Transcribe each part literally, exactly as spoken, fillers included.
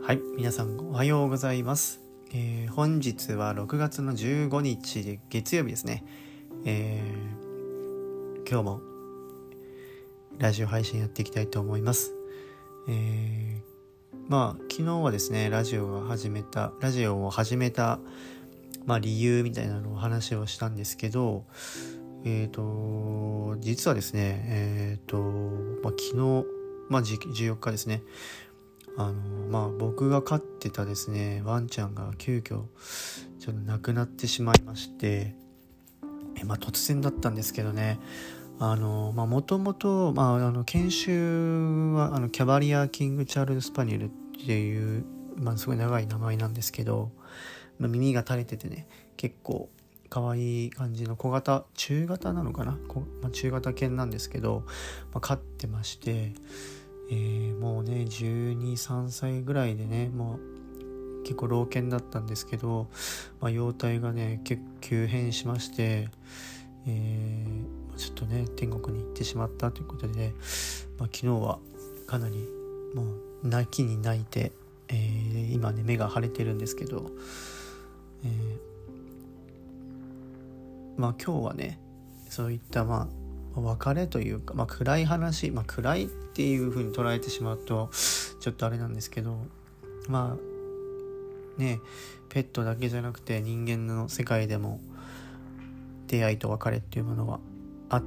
はい、皆さんおはようございます。えー、本日はろくがつのじゅうごにちで月曜日ですね。えー、今日もラジオ配信やっていきたいと思います。えー、まあ昨日はですね、ラジオが始めたラジオを始めたまあ理由みたいなのを話をしたんですけど、えーと実はですね、えーとまあ昨日まあじゅうよっかですね。あのまあ僕が飼ってたですねワンちゃんが急遽ちょっと亡くなってしまいまして、えまあ突然だったんですけどね、あのまあもともとまああの研修はあのキャバリアキングチャールドスパニエルっていうまあすごい長い名前なんですけど、まあ、耳が垂れててね結構可愛い感じの小型中型なのかな、まあ、中型犬なんですけど、まあ、飼ってまして。えー、もうねじゅうに、さんさいぐらいでねもう結構老犬だったんですけど、まあ、容体がね結構急変しまして、えー、ちょっとね天国に行ってしまったということで、まあ、昨日はかなりもう泣きに泣いて、えー、今ね目が腫れてるんですけど、えー、まあ今日はねそういったまあ別れというか、まあ、暗い話、まあ、暗いっていう風に捉えてしまうとちょっとあれなんですけど、まあねペットだけじゃなくて人間の世界でも出会いと別れっていうものはあって、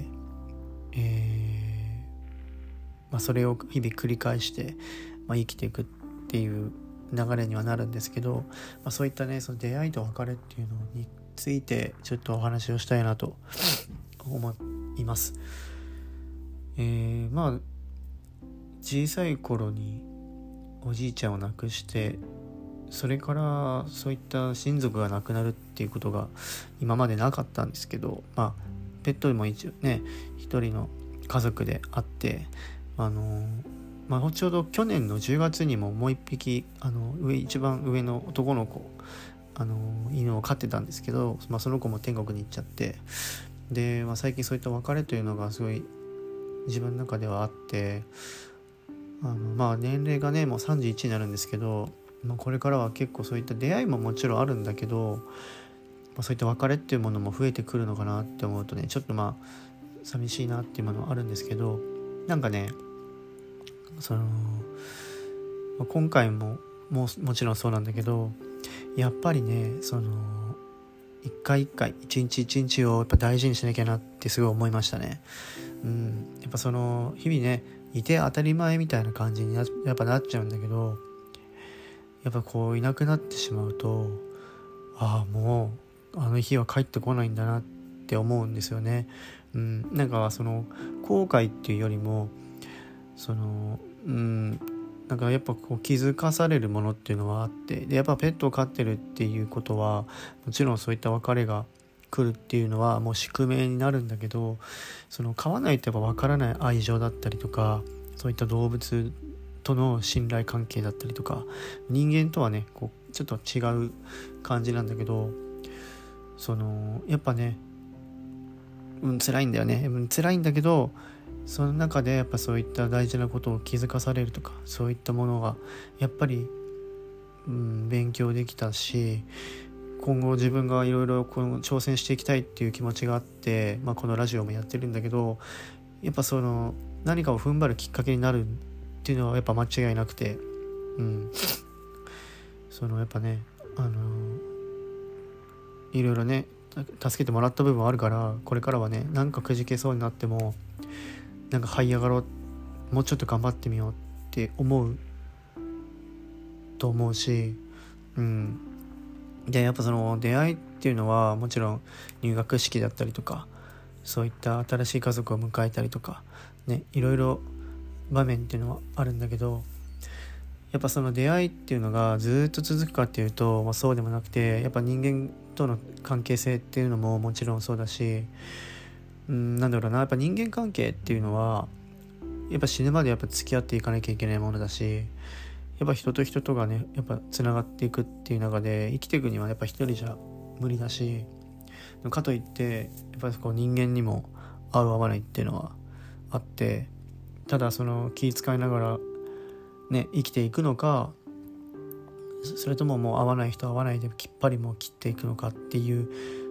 えーまあ、それを日々繰り返して、まあ、生きていくっていう流れにはなるんですけど、まあ、そういったねその出会いと別れっていうのについてちょっとお話をしたいなと思います。えー、まあ小さい頃におじいちゃんを亡くして、それからそういった親族が亡くなるっていうことが今までなかったんですけど、まあペットでも一応ね一人の家族であって、あのまあちょうど去年のじゅうがつにももう一匹あの上一番上の男の子あの犬を飼ってたんですけど、まあ、その子も天国に行っちゃって。で、まあ、最近そういった別れというのがすごい自分の中ではあって、あのまあ年齢がねもうさんじゅういちになるんですけど、まあ、これからは結構そういった出会いももちろんあるんだけど、まあ、そういった別れっていうものも増えてくるのかなって思うとねちょっとまあ寂しいなっていうものはあるんですけど、なんかねその、まあ、今回もももちろんそうなんだけど、やっぱりねその一回一回一日一日をやっぱ大事にしなきゃなってすごい思いましたね。うん、やっぱその日々ねいて当たり前みたいな感じにやっぱなっちゃうんだけど、やっぱこういなくなってしまうと、ああもうあの日は帰ってこないんだなって思うんですよね。うん、なんかその後悔っていうよりもそのうんなんかやっぱこう気づかされるものっていうのはあって、でやっぱペットを飼ってるっていうことはもちろんそういった別れが来るっていうのはもう宿命になるんだけど、その飼わないとやっぱ分からない愛情だったりとか、そういった動物との信頼関係だったりとか、人間とはねこうちょっと違う感じなんだけど、そのやっぱね、うん、辛いんだよね、うん、辛いんだけど、その中でやっぱそういった大事なことを気づかされるとか、そういったものがやっぱり、うん、勉強できたし、今後自分がいろいろ挑戦していきたいっていう気持ちがあって、まあ、このラジオもやってるんだけど、やっぱその何かを踏ん張るきっかけになるっていうのはやっぱ間違いなくて、うん、そのやっぱねあのいろいろね助けてもらった部分はあるから、これからはねなんかくじけそうになってもなんか這い上がろう、もうちょっと頑張ってみようって思うと思うし、うんでやっぱその出会いっていうのはもちろん入学式だったりとか、そういった新しい家族を迎えたりとかね、いろいろ場面っていうのはあるんだけど、やっぱその出会いっていうのがずっと続くかっていうと、まあ、そうでもなくて、やっぱ人間との関係性っていうのももちろんそうだし、うん、なんだろうな、やっぱ人間関係っていうのはやっぱ死ぬまでやっぱ付き合っていかなきゃいけないものだし、やっぱ人と人とがねやっぱつながっていくっていう中で生きていくにはやっぱ一人じゃ無理だし、かといってやっぱりこう人間にも合う合わないっていうのはあって、ただその気遣いながらね生きていくのか、 それとももう合わない人は合わないできっぱりもう切っていくのかっていう、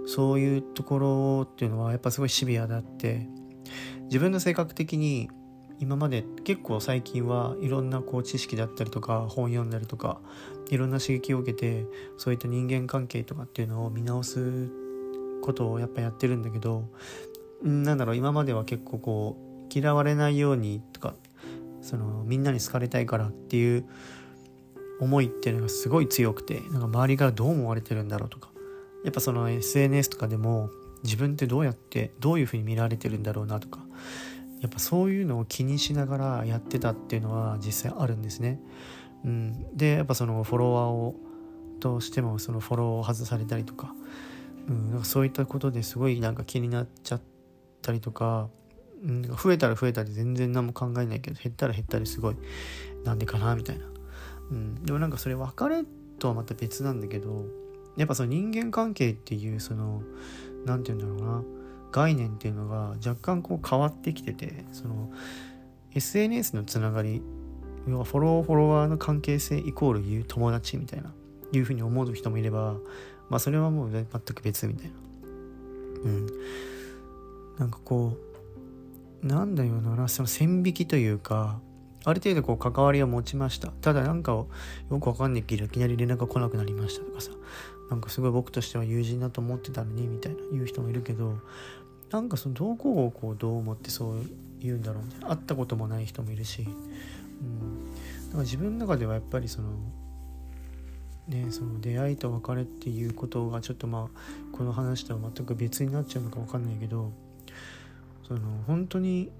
そういうところっていうのはやっぱすごいシビアであって、自分の性格的に今まで結構最近はいろんなこう知識だったりとか本読んだりとかいろんな刺激を受けて、そういった人間関係とかっていうのを見直すことをやっぱやってるんだけど、なんだろう、今までは結構こう嫌われないようにとか、そのみんなに好かれたいからっていう思いっていうのがすごい強くて、なんか周りからどう思われてるんだろうとか、やっぱその エスエヌエス とかでも自分ってどうやってどういうふうに見られてるんだろうなとか、やっぱそういうのを気にしながらやってたっていうのは実際あるんですね。うん、でやっぱそのフォロワーをとしてもそのフォローを外されたりとか、うん、なんかそういったことですごいなんか気になっちゃったりとか、うん、増えたら増えたで全然何も考えないけど、減ったら減ったですごいなんでかなみたいな、うん、でもなんかそれ別れとはまた別なんだけど、やっぱその人間関係っていうそのなんていうんだろうな、概念っていうのが若干こう変わってきてて、その エスエヌエス のつながり、要はフォローフォロワーの関係性イコールいう友達みたいないうふうに思う人もいれば、まあそれはもう全く別みたいな、うん、なんかこうなんだよな、その線引きというか、ある程度こう関わりを持ちました、ただなんかをよくわかんないけどいきなり連絡が来なくなりましたとかさ、なんかすごい僕としては友人だと思ってたのにみたいな言う人もいるけど、なんかそのどこをこうどう思ってそう言うんだろうみたいな、会ったこともない人もいるし、うん、だから自分の中ではやっぱりそのね、その出会いと別れっていうことがちょっとまあこの話とは全く別になっちゃうのか分かんないけど、その本当に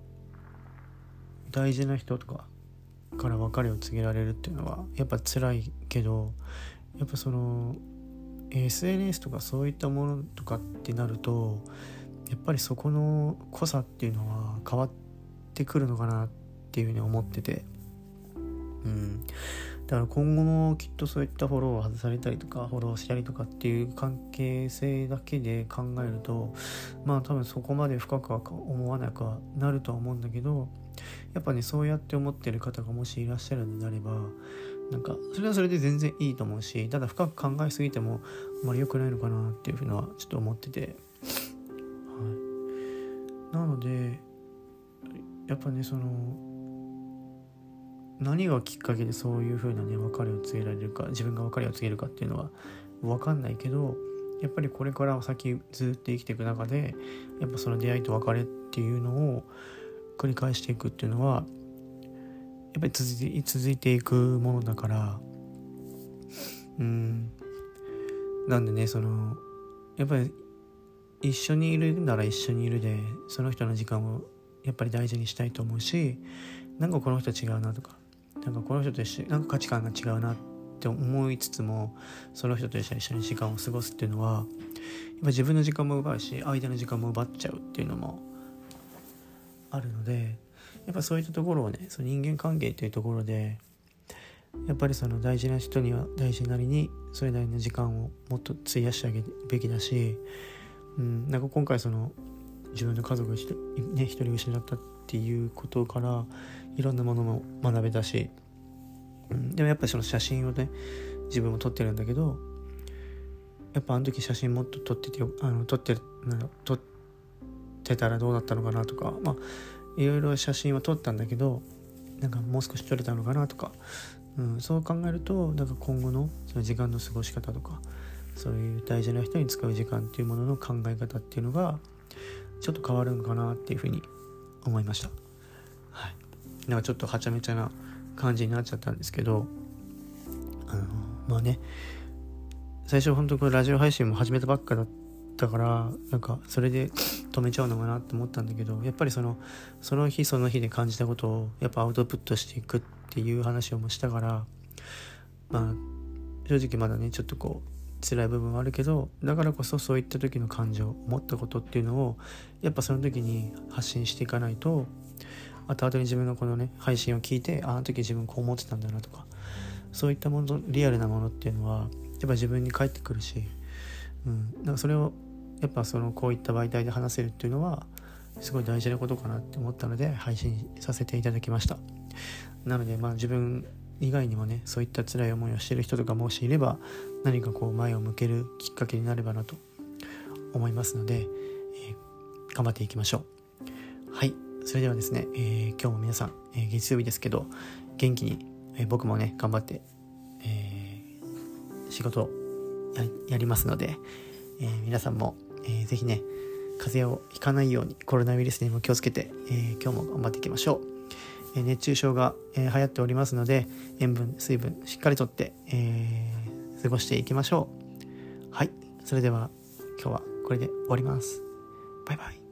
大事な人とかから別れを告げられるっていうのはやっぱ辛いけど、やっぱその エスエヌエス とかそういったものとかってなると、やっぱりそこの濃さっていうのは変わってくるのかなっていうふうに思ってて、うん、だから今後もきっとそういったフォローを外されたりとかフォローしたりとかっていう関係性だけで考えると、まあ多分そこまで深くは思わなくはなるとは思うんだけど、やっぱねそうやって思ってる方がもしいらっしゃるのであれば、なんかそれはそれで全然いいと思うし、ただ深く考えすぎてもあまり良くないのかなっていうふうのはちょっと思ってて、はい、なのでやっぱねその何がきっかけでそういう風なね別れを告げられるか、自分が別れを告げるかっていうのは分かんないけど、やっぱりこれから先ずっと生きていく中でやっぱその出会いと別れっていうのを繰り返していくっていうのはやっぱり続いて、続いていくものだから、うーんなんでねそのやっぱり一緒にいるなら一緒にいるでその人の時間をやっぱり大事にしたいと思うし、なんかこの人違うなとか、なんかこの人と一緒なんか価値観が違うなって思いつつも、その人と一緒に時間を過ごすっていうのはやっぱ自分の時間も奪うし相手の時間も奪っちゃうっていうのもあるので、やっぱそういったところをね、その人間関係というところでやっぱりその大事な人には大事なりにそれなりの時間をもっと費やしてあげるべきだし、うん、なんか今回その自分の家族が一人、ね、一人失ったっていうことからいろんなものも学べたし、うん、でもやっぱりその写真をね自分も撮ってるんだけど、やっぱあの時写真もっと撮っててよあの撮ってなんか撮ってたらどうだったのかなとか、まあいろいろ写真は撮ったんだけどなんかもう少し撮れたのかなとか、うん、そう考えるとなんか今後のその時間の過ごし方とかそういう大事な人に使う時間っていうものの考え方っていうのがちょっと変わるのかなっていうふうに思いました。はい、なんかちょっとはちゃめちゃな感じになっちゃったんですけど、あのまあね最初本当これラジオ配信も始めたばっかだったからなんかそれで止めちゃうのかなって思ったんだけど、やっぱりそのその日その日で感じたことをやっぱアウトプットしていくっていう話をもしたから、まあ正直まだねちょっとこう辛い部分はあるけど、だからこそそういった時の感情思ったことっていうのをやっぱその時に発信していかないと、後々に自分がこのね配信を聞いてあの時自分こう思ってたんだなとか、そういったものリアルなものっていうのはやっぱ自分に返ってくるし、うん、なんかそれをやっぱそのこういった媒体で話せるっていうのはすごい大事なことかなって思ったので配信させていただきました。なのでまあ自分以外にもね、そういった辛い思いをしている人とかもしいれば、何かこう前を向けるきっかけになればなと思いますので、えー、頑張っていきましょう。はい、それではですね、えー、今日も皆さん、えー、月曜日ですけど元気に、えー、僕もね頑張って、えー、仕事を や, やりますので、えー、皆さんも、えー、ぜひね風邪をひかないように、コロナウイルスにも気をつけて、えー、今日も頑張っていきましょう。えー、熱中症が、えー、流行っておりますので、塩分水分しっかりとって、えー、過ごしていきましょう。はい、それでは今日はこれで終わります。バイバイ。